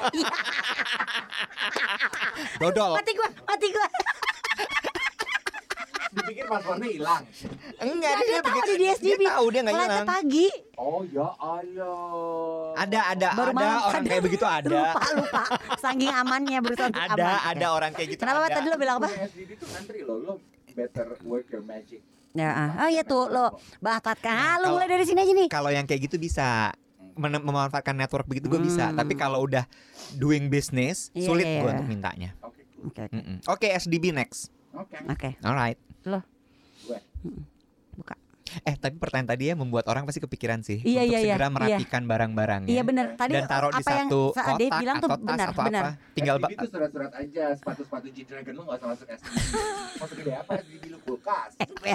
Dodol. mati gue, mati gue. Dipikir paspornya hilang. Enggak, Nah, dia tahu ada di S D B. Dia tahu dia nggak Flightnya hilang. pagi. Oh ya Allah. Ada, ada, Baru ada malam orang ada. kayak begitu ada. Lupa, lupa. Saking amannya berusaha untuk Ada, aman. ada orang kayak gitu. Kenapa ada. tadi lo bilang apa? Punya S D B tuh ngantri lo, lo better work your magic. Ya, ah. oh iya tuh lo batatkan. Ah, lo Kalau- mulai dari sini aja nih. Kalau yang kayak gitu bisa men- memanfaatkan network begitu gue bisa. Hmm. Tapi kalau udah doing business Iya, sulit iya, gue iya. untuk mintanya. Oke, cool. Oke, oke. Mm-mm. Oke, S D B next. Oke. Oke, Alright. Gue. buka. Eh tapi pertanyaan tadi ya membuat orang pasti kepikiran sih Iya, untuk iya, iya. segera merapikan barang-barangnya. Iya benar. Tadi Dan taruh di apa yang satu sa- kotak Dave bilang tuh atau tas benar, atau benar. apa. Tinggal S D ba- B itu surat-surat aja, sepatu-sepatu G-Dragon lo gak usah masuk S D B. Masuk gede apa S D B lo kulkas.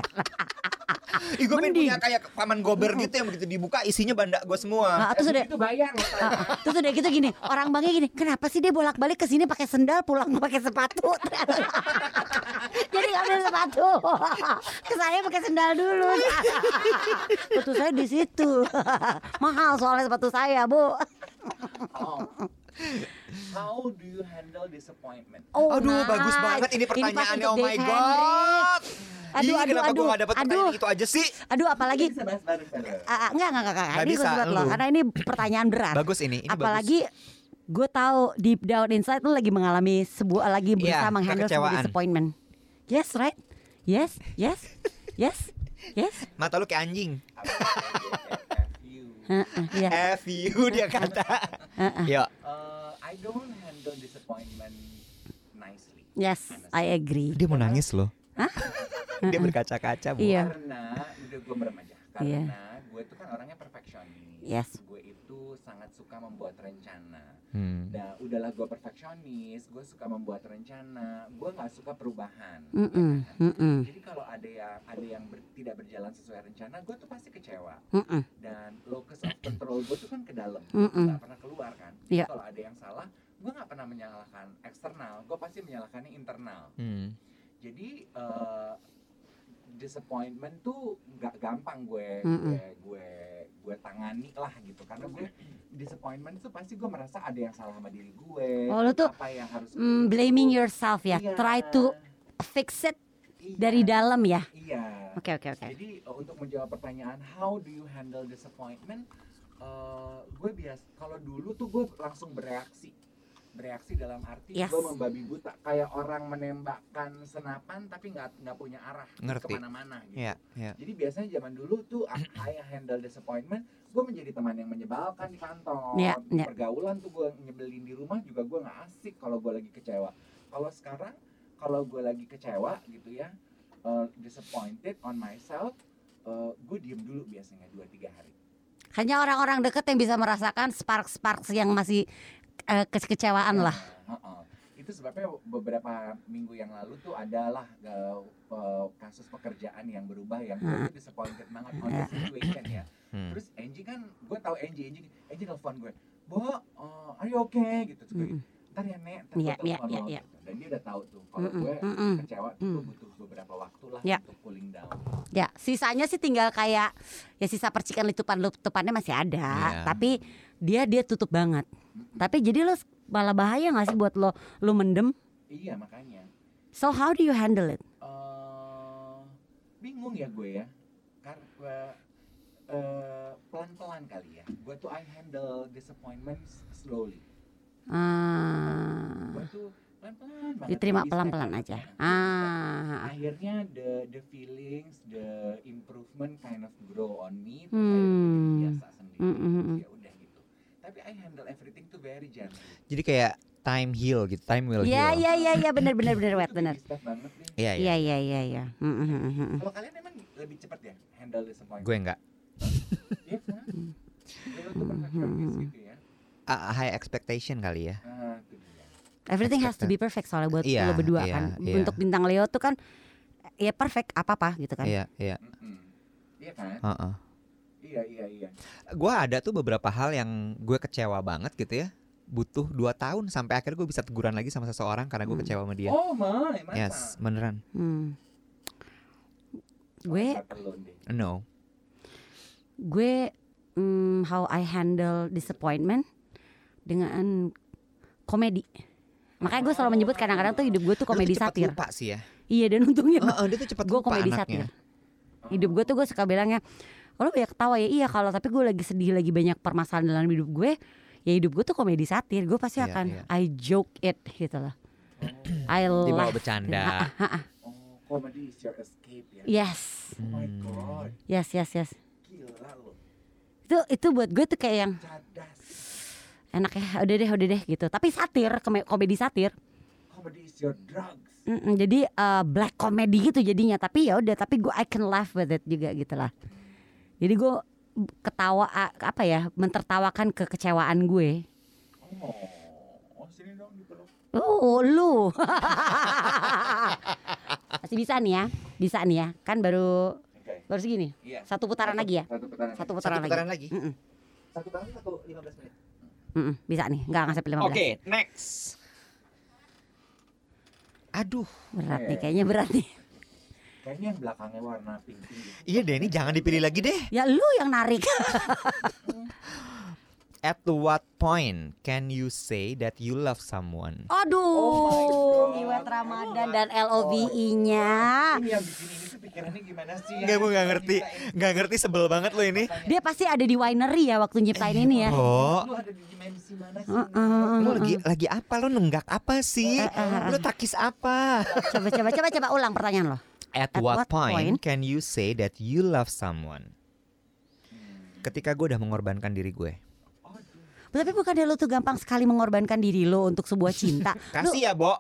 Ih gue pengen Mending. punya kayak paman gober gitu yang begitu dibuka isinya banda gue semua. Nah, terus S D B udah itu bayar lo. Ah, terus udah gitu gini, orang banknya gini, kenapa sih dia bolak-balik ke sini pakai sendal, pulang pakai sepatu? Jadi ngambil sepatu, kesannya pakai sendal dulu. Sepatu saya di situ, mahal soalnya sepatu saya, Bu. Oh. How do you handle disappointment? Oh, Aduh nice. bagus banget ini pas pertanyaannya. untuk Oh my Dave god. Hendrik. Aduh, Ih, aduh, kenapa gue aduh, gak dapet pertanyaan aduh. itu aja sih? Aduh, apalagi Kita bisa bahas bareng-bareng. Ah, ah, enggak, enggak, enggak, enggak. Nggak Ini bisa, khusus buat lo, lu. karena ini pertanyaan berat. Bagus ini, ini Apalagi gue tahu deep down inside lu lagi mengalami sebuah lagi berusaha Iya, menghandle sebuah kekecewaan. disappointment. Yes, right? Yes, yes, yes, yes. bagus. Mata lu kayak anjing. Apa F you. Heeh, iya. F you dia kata. Heeh. Yo. Uh, I don't handle disappointment nicely. Yes, I agree. Dia mau nangis loh. Hah? Dia berkaca-kaca bu. Iya. Karena udah gue merem aja. Iya. Karena gue itu kan orangnya perfeksionis. Yes. Gue itu sangat suka membuat rencana. Hmm. Nah, udahlah gue perfeksionis, gue suka membuat rencana, gue nggak suka perubahan. Mm-mm, ya kan? mm-mm, Jadi kalau ada yang ada yang ber- tidak berjalan sesuai rencana, gue tuh pasti kecewa. mm-mm. Dan locus of control gue tuh kan ke dalam, Mm-mm. nggak pernah keluar kan. Iya. Kalau ada yang salah, gue nggak pernah menyalahkan eksternal, gue pasti menyalahkannya internal. Hmm. Jadi eh, disappointment tuh nggak gampang gue Mm-mm. gue gue gue tangani lah gitu, karena gue disappointment tuh pasti gue merasa ada yang salah sama diri gue. Oh, lu tuh, apa yang harus Mm, blaming yourself ya. Iya. Try to fix it Iya. dari dalam ya. Iya. Oke, oke, oke. Jadi uh, untuk menjawab pertanyaan how do you handle disappointment, uh, gue biasa kalau dulu tuh gue langsung bereaksi, bereaksi dalam arti Yes. gue membabi buta kayak orang menembakkan senapan tapi nggak nggak punya arah Ngerti. kemana-mana gitu. Iya, iya. Jadi biasanya zaman dulu tuh I handle disappointment, gue menjadi teman yang menyebalkan di kantor, Iya, di iya. pergaulan tuh gue nyebelin di rumah juga gue nggak asik kalau gue lagi kecewa. Kalau sekarang kalau gue lagi kecewa gitu ya, uh, disappointed on myself, uh, gue diem dulu biasanya dua tiga hari. Hanya orang-orang deket yang bisa merasakan sparks-sparks yang masih uh, kekecewaan lah. Uh, uh, uh. Itu sebabnya beberapa minggu yang lalu tuh adalah uh, uh, kasus pekerjaan yang berubah yang gue tuh disappointed banget on the situation ya. Hmm. Terus Angie kan, gue tahu Angie, Angie, Angie telepon gue, Bo, uh, are you okay? Gitu. Terus gue, ntar ya Nek, ntar gue Iya, iya, telepon iya, lo. iya. Gitu. Dan dia udah tahu tuh, kalau Mm-mm, gue mm-mm. kecewa tuh gue butuh beberapa waktu lah Ya. untuk cooling down. Ya, sisanya sih tinggal kayak ya sisa percikan letupan-letupannya masih ada, Iya. tapi dia dia tutup banget. Tapi jadi lo malah bahaya nggak sih buat lo lo mendem? Iya makanya. So how do you handle it? Uh, bingung ya gue ya, karena uh, pelan-pelan kali ya. Gue tuh I handle disappointments slowly. Ah, Gue tuh pelan-pelan banget. diterima baby pelan-pelan step, aja. baby step. Ah, Akhirnya the the feelings, the improvement kind of grow on me. Terus Hmm. akhirnya gue jadi biasa sendiri. Mm, mm, mm. Ya udah gitu. Tapi I handle everything tuh very gently. Jadi kayak time heal gitu, time will ya heal. ya ya ya benar benar benar Itu wet benar. baby step banget nih. Iya, iya. Iya iya iya iya. Mm, mm, mm, mm. Kalau kalian emang lebih cepat ya handle disappointment? Gue enggak. Iya kan? Lo tuh perfectionist gitu ya. Ah, high expectation kali ya. Ah, itu dia. Everything has to be perfect soalnya buat Iya, lo berdua iya, kan. iya. Untuk bintang Leo tuh kan ya perfect apa-apa gitu kan. Iya, iya. Mm-mm. Iya kan? Heeh. Iya iya iya. Gue ada tuh beberapa hal yang gue kecewa banget gitu ya. Butuh dua tahun sampai akhirnya gue bisa teguran lagi sama seseorang karena gue Hmm. kecewa sama dia. Oh my, masa? Yes, beneran. Hmm. Gue Nggak perlu deh. No. gue mm, how I handle disappointment dengan komedi. Makanya gue selalu menyebut kadang-kadang tuh hidup gue tuh komedi Lu tuh cepet satir. lupa sih ya. Iya dan untungnya Heeh, dia tuh cepet gue lupa komedi anaknya. satir. Hidup gue tuh gue suka bilangnya, kalau banyak ketawa ya iya, kalau tapi gue lagi sedih lagi banyak permasalahan dalam hidup gue, ya hidup gue tuh komedi satir. Gue pasti Iya, akan iya. I joke it gitu loh. I Dibawa laugh. bercanda. Oh, comedy is your escape ya. Yes, Oh my god, yes, yes, yes. gila lo. Itu itu buat gue tuh kayak yang Cadas. enak ya, udah deh, udah deh gitu. Tapi satir, kome- komedi satir. Comedy is your drugs. Mm-mm, jadi uh, black comedy gitu jadinya. Tapi ya udah, tapi gue I can laugh with it juga gitu lah. Jadi gue ketawa a- apa ya, mentertawakan kekecewaan gue. Oh, oh sini dong dipeluk. Oh lu masih bisa nih ya, bisa nih ya. Kan baru Oke. baru segini. Iya. Satu putaran lagi ya. Satu putaran. Satu Satu putaran, putaran lagi. lagi. Mm-mm, Satu tahun satu lima belas menit. mm-mm, bisa nih, nggak nggak sampai lima belas. Oke, next. Aduh, Berat nih, kayaknya berat nih. Kayaknya yang belakangnya warna pink pink gitu. iya deh, ini jangan dipilih lagi deh. Ya lu yang narik. At what point can you say that you love someone? Aduh, Oh my God. Iwet Ramadan dan L O V E-nya. Ini yang bikin ini tuh pikirannya gimana sih? Enggak, gue nggak ngerti, nggak ngerti, sebel banget lo ini. Dia pasti ada di winery ya waktu nyiptain ini ya. Oh, Lu ada di dimensi mana sih? Uh-uh. lo lagi lagi apa? Lo nenggak apa sih? Lo takis apa? Coba coba coba coba ulang pertanyaan lo. At, At what, what point, point? can you say that you love someone? Ketika gue udah mengorbankan diri gue. Tapi bukannya lo tuh gampang sekali mengorbankan diri lo untuk sebuah cinta. Lu, Kasih ya, Bo.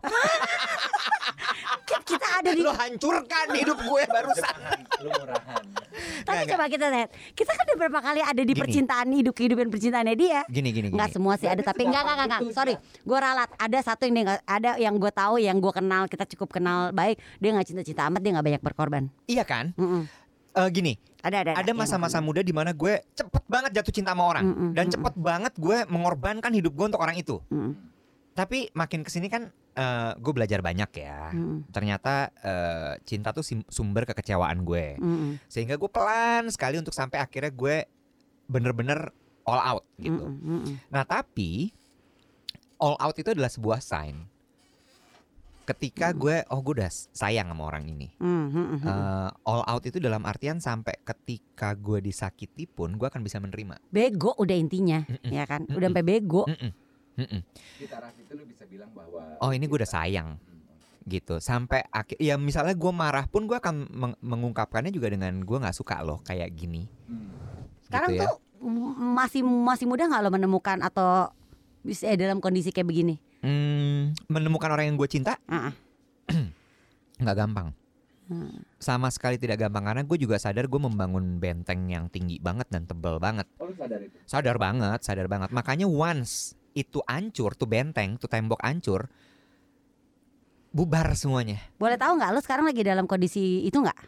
kita ada di. Lo hancurkan hidup gue barusan. Lu murahan. Tapi Nggak, coba kita lihat. Kita kan udah berapa kali ada di Gini. percintaan hidup kehidupan percintaannya dia. Gini gini gini. Enggak semua sih ada, Berarti tapi enggak enggak enggak, segampang sorry, itu ya? gue ralat. Ada satu yang dia nggak, ada yang gue tahu, yang gue kenal, kita cukup kenal baik, dia nggak cinta-cinta amat, dia nggak banyak berkorban. Iya kan? Mm-mm. Eh, gini, Ada ada. ada masa-masa muda di mana gue cepet banget jatuh cinta sama orang Mm-mm, dan mm-mm. cepet banget gue mengorbankan hidup gue untuk orang itu. Mm-mm. Tapi makin kesini kan eh, gue belajar banyak ya. Mm-mm. Ternyata eh, cinta tuh sim- sumber kekecewaan gue. Mm-mm. Sehingga gue pelan sekali untuk sampai akhirnya gue bener-bener all out gitu. Mm-mm, mm-mm. Nah tapi all out itu adalah sebuah sign. Ketika gue, oh gue udah sayang sama orang ini. Mm-mm, mm-mm. Eh, all out itu dalam artian sampai ketika gue disakiti pun gue akan bisa menerima. Bego udah intinya, Mm-mm. ya kan? Mm-mm. Udah sampai bego. Mm-mm. Mm-mm. Di taraf itu lu bisa bilang bahwa Oh ini gue udah sayang gitu. Sampai akhir, ya misalnya gue marah pun gue akan meng- mengungkapkannya juga dengan gue nggak suka loh kayak gini. Hmm. Sekarang gitu ya. tuh m- masih masih mudah nggak lo menemukan atau bisa dalam kondisi kayak begini? Hmm, menemukan orang yang gue cinta Uh-uh. nggak gampang. Hmm. Sama sekali tidak gampang karena gue juga sadar gue membangun benteng yang tinggi banget dan tebal banget. Oh, lu sadar itu? Sadar banget, sadar banget. Makanya once itu hancur, tuh benteng, tuh tembok hancur, bubar semuanya. Boleh tahu nggak lo sekarang lagi dalam kondisi itu nggak?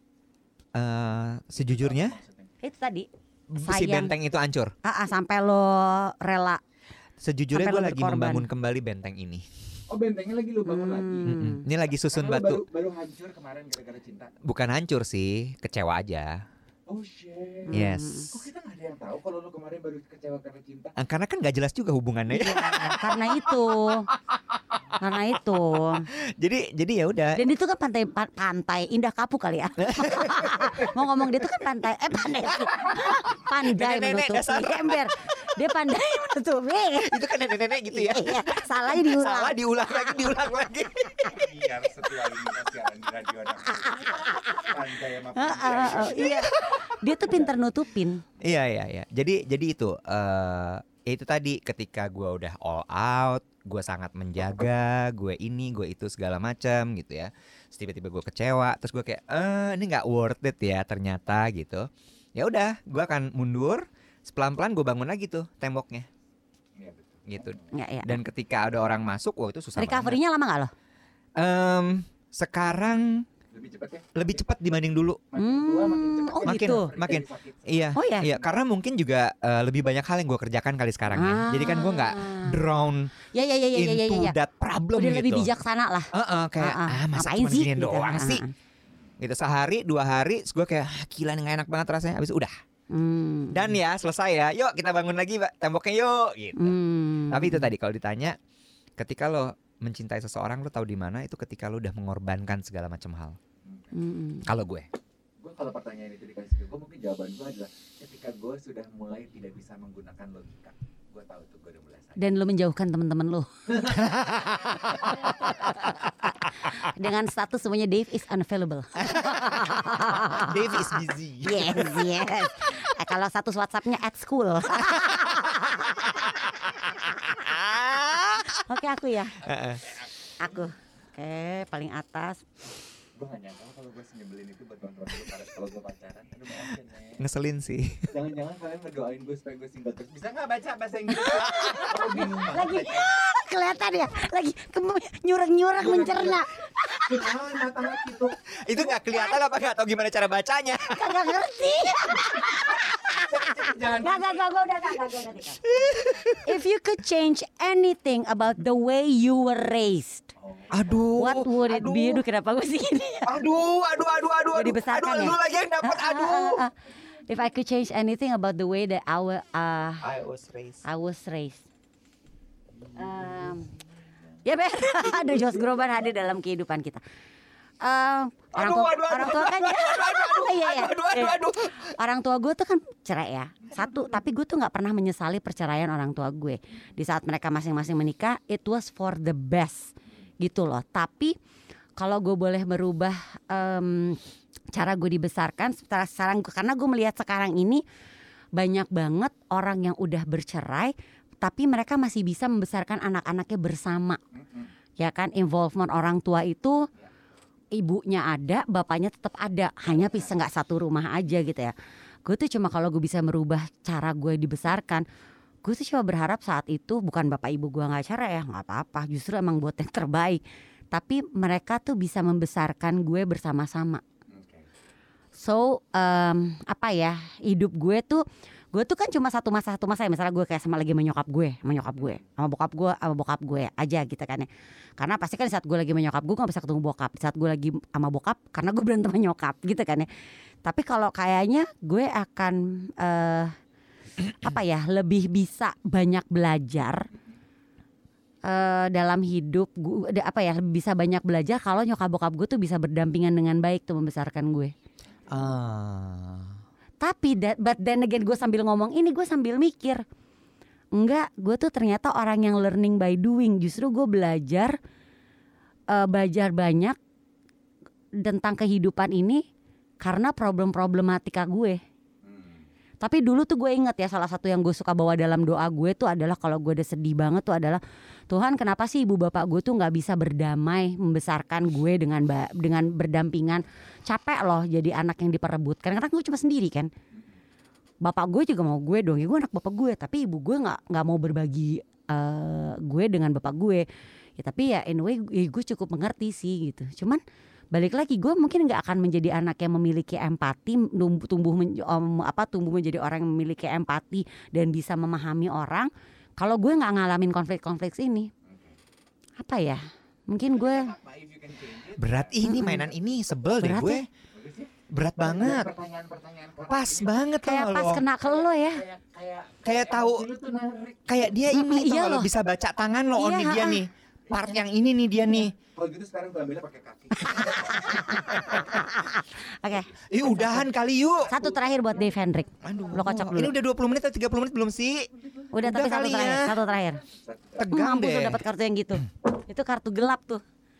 Eh, sejujurnya, Itu tadi. si Sayang. benteng itu hancur. Ah, ah, sampai lo rela. Sejujurnya Sampai gue lo lagi berkorban. membangun kembali benteng ini. Oh, bentengnya lagi lu bangun lagi. Hmm. Mm-mm. Ini lagi susun Karena lu batu. baru, baru hancur kemarin gara-gara cinta. Bukan hancur sih, kecewa aja. Oh shit. Yes. Kok kita gak ada yang tahu kalau lu kemarin baru kecewa karena cinta? Ah, Karena kan gak jelas juga hubungannya. Iya, karena itu. Karena itu. jadi jadi ya udah. Dan itu kan pantai pa- pantai Indah Kapuk kali ya. Mau ngomong dia tuh kan pantai eh pandai. Pandai Nenek-nenek menutupi dasar. ember. Dia pandai menutupi. Itu kan nenek-nenek gitu ya. Iya, salahnya diulang. Salah diulang lagi, diulang lagi. Biar setua ini siaran di radio anak. Pantai sama Ah, ah, pantai. ah, iya. Dia tuh pintar nutupin. Iya iya iya. Jadi jadi itu eh ya itu tadi ketika gue udah all out, gue sangat menjaga, gue ini, gue itu segala macam gitu ya. Terus tiba-tiba gue kecewa, terus gue kayak eh ini nggak worth it ya ternyata gitu. Ya udah, gue akan mundur, pelan-pelan gue bangun lagi tuh temboknya Iya, betul. gitu. Ya, ya. Dan ketika ada orang masuk, wah itu susah banget. Recovery-nya lama gak lo? Em, sekarang Lebih cepat ya? lebih cepat dibanding dulu. Makin tua makin Hmm, cepat. oh Makin, gitu. makin. Jadi sakit. Iya, Oh ya? iya, karena mungkin juga eh, lebih banyak hal yang gue kerjakan kali sekarang ya. Ah. Jadi kan gue nggak drown Ya ya ya ya ya ya. into ya. that problem Udah gitu. lebih bijaksana lah. Heeh, kayak Ah, ah. ah masa Ngapain cuma sih? ginian Gitu. doang Ah, sih. ah. Gitu sehari, dua hari, terus gue kayak ah, gila nih nggak enak banget rasanya. Habis udah. Hmm. Dan ya selesai ya. Yuk kita bangun lagi, Mbak. Temboknya yuk gitu. Hmm. Tapi itu tadi kalau ditanya ketika lo mencintai seseorang lo tahu di mana itu ketika lo udah mengorbankan segala macam hal. Hmm. Kalau gue. Gue kalau pertanyaan itu dikasih ke gue, mungkin jawaban gue adalah ketika gue sudah mulai tidak bisa menggunakan logika. Gue tahu tuh gue udah mulai sakit. Dan lo menjauhkan teman-teman lo. Dengan status semuanya Dave is unavailable. Dave is busy. Yes, yes. Eh, kalau status WhatsAppnya at school. Oke aku ya. Heeh. Aku. Oke paling atas. Gue gak nyangka kalau gue senyebelin itu buat teman-teman gue pada kalau gue pacaran. Aduh maaf ya Nek. Ngeselin sih. Jangan-jangan kalian ngedoain gue supaya gue single terus. Bisa gak baca bahasa Inggris? Aku bingung banget. Lagi kelihatan ya. Lagi nyurak-nyurak mencerna. Kenal mata laki tuh. Itu nggak kelihatan apa nggak tahu gimana cara bacanya. Kagak ngerti. Jangan. Gak, gak, gak, gue udah gak, gak, gue udah tinggal. If you could change anything about the way you were raised, Aduh. what would it be? Aduh kenapa gue sih gini? Aduh, aduh, aduh, aduh, Gue aduh, dibesarkan aduh, ya? lu lagi yang dapat, Ah, ah, aduh. ah, ah. If I could change anything about the way that I was, uh, I was raised. I was raised. Um, ya ber, ada Josh Groban hadir dalam kehidupan kita. Um, orang Aduh, tua, aduh, orang tua kan ya, iya, iya. Aduh, aduh, aduh. Orang tua gue tuh kan cerai ya, satu. Tapi gue tuh nggak pernah menyesali perceraian orang tua gue. Di saat mereka masing-masing menikah, it was for the best, gitu loh. Tapi kalau gue boleh merubah um, cara gue dibesarkan, sekarang karena gue melihat sekarang ini banyak banget orang yang udah bercerai, tapi mereka masih bisa membesarkan anak-anaknya bersama. Ya kan, involvement orang tua itu ibunya ada, bapaknya tetap ada, hanya bisa nggak satu rumah aja gitu ya. Gue tuh cuma kalau gue bisa merubah cara gue dibesarkan, gue tuh cuma berharap saat itu bukan bapak ibu gue nggak cerai ya, nggak apa-apa, justru emang buat yang terbaik. Tapi mereka tuh bisa membesarkan gue bersama-sama. So um, apa ya, hidup gue tuh, gue tuh kan cuma satu masa satu masa ya. Misalnya gue kayak sama lagi menyokap gue, menyokap gue, sama bokap gue, sama bokap gue aja gitu kan ya. Karena pasti kan di saat gue lagi menyokap gue gak bisa ketemu bokap. Di saat gue lagi sama bokap, karena gue berantem sama nyokap gitu kan ya. Tapi kalau kayaknya gue akan uh, apa ya, lebih bisa banyak belajar uh, dalam hidup gue, apa ya, lebih bisa banyak belajar kalau nyokap bokap gue tuh bisa berdampingan dengan baik tuh membesarkan gue. Ah. Tapi that, but then again gue sambil ngomong ini gue sambil mikir, enggak, gue tuh ternyata orang yang learning by doing. Justru gue belajar uh, belajar banyak tentang kehidupan ini karena problem-problematika gue. Tapi dulu tuh gue inget ya, salah satu yang gue suka bawa dalam doa gue tuh adalah kalau gue udah sedih banget tuh adalah, Tuhan kenapa sih ibu bapak gue tuh gak bisa berdamai membesarkan gue dengan ba- dengan berdampingan. Capek loh jadi anak yang diperebutkan, karena gue cuma sendiri kan. Bapak gue juga mau gue dong, ya gue anak bapak gue, tapi ibu gue gak, gak mau berbagi uh, gue dengan bapak gue. Ya tapi ya anyway ya gue cukup mengerti sih gitu. Cuman balik lagi gue mungkin nggak akan menjadi anak yang memiliki empati, tumbuh men, um, apa tumbuh menjadi orang yang memiliki empati dan bisa memahami orang kalau gue nggak ngalamin konflik-konflik ini. Apa ya? Mungkin gue berat ini mainan ini sebel deh Berat gue. ya? Berat banget. Pertanyaan-pertanyaan Pas banget kayak tau pas lo. kena ke lo ya. kayak kayak Kayak tahu kayak dia ini Mm, tau iya lo loh. bisa baca tangan lo, oh Iya, nih dia ha-ha. nih. Part yang ini nih dia nih. kalau gitu sekarang gue ambilnya pakai kaki. Oke, Ih udahan kali yuk. satu terakhir buat Dave Hendrik. Aduh, Lo kocok dulu. Ini udah dua puluh menit atau tiga puluh menit belum sih? Udah, Udah tapi satu kali terakhir, ya. satu terakhir. Tegang Mampus deh. lo dapat kartu yang gitu. Itu kartu gelap tuh.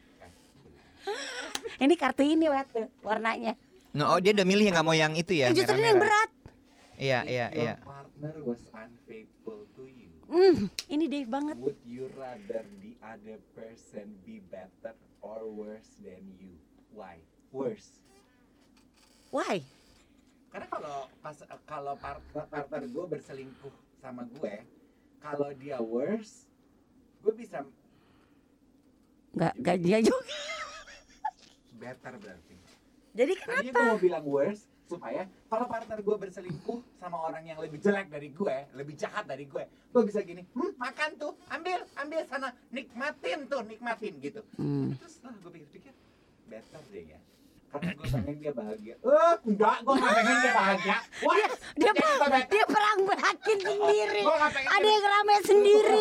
Ini kartu ini Wet, tuh, warnanya. No, oh dia udah milih nggak mau yang itu ya? Eh, justru ini yang merah-merah. berat. Iya iya If iya. your partner was unfaithful to you, Hmm, ini Dave banget. would you rather the other person be better or worse than you? Why? Worse. Why? Karena kalau pas kalau par- partner gue berselingkuh sama gue, kalau dia worse, gue bisa Gak, gak dia juga. better berarti. Jadi Tadinya kenapa? gue mau bilang worse supaya kalau partner gue berselingkuh sama orang yang lebih jelek dari gue, lebih jahat dari gue, gue bisa gini, hm, makan tuh, ambil, ambil sana, nikmatin tuh, nikmatin gitu. Hmm. Terus setelah gue pikir-pikir, better deh ya. Karena gue pengen dia bahagia. Eh, enggak, gue gak pengen dia bahagia. Wah, Dia jadi gue better. dia perang batin sendiri. Gue gak pengen Ada dia yang rame sendiri.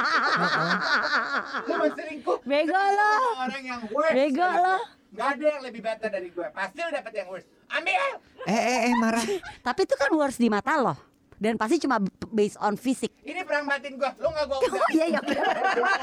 Lu berselingkuh Bego lo. sama orang yang worse. Bego dari lo. gue. Gak ada yang lebih better dari gue. Pasti lu dapet yang worse. Ambil. Eh eh eh marah. Tapi itu kan worse di mata lo. Dan pasti cuma based on fisik. Ini perang batin gue. Lu gak gue Oh iya iya.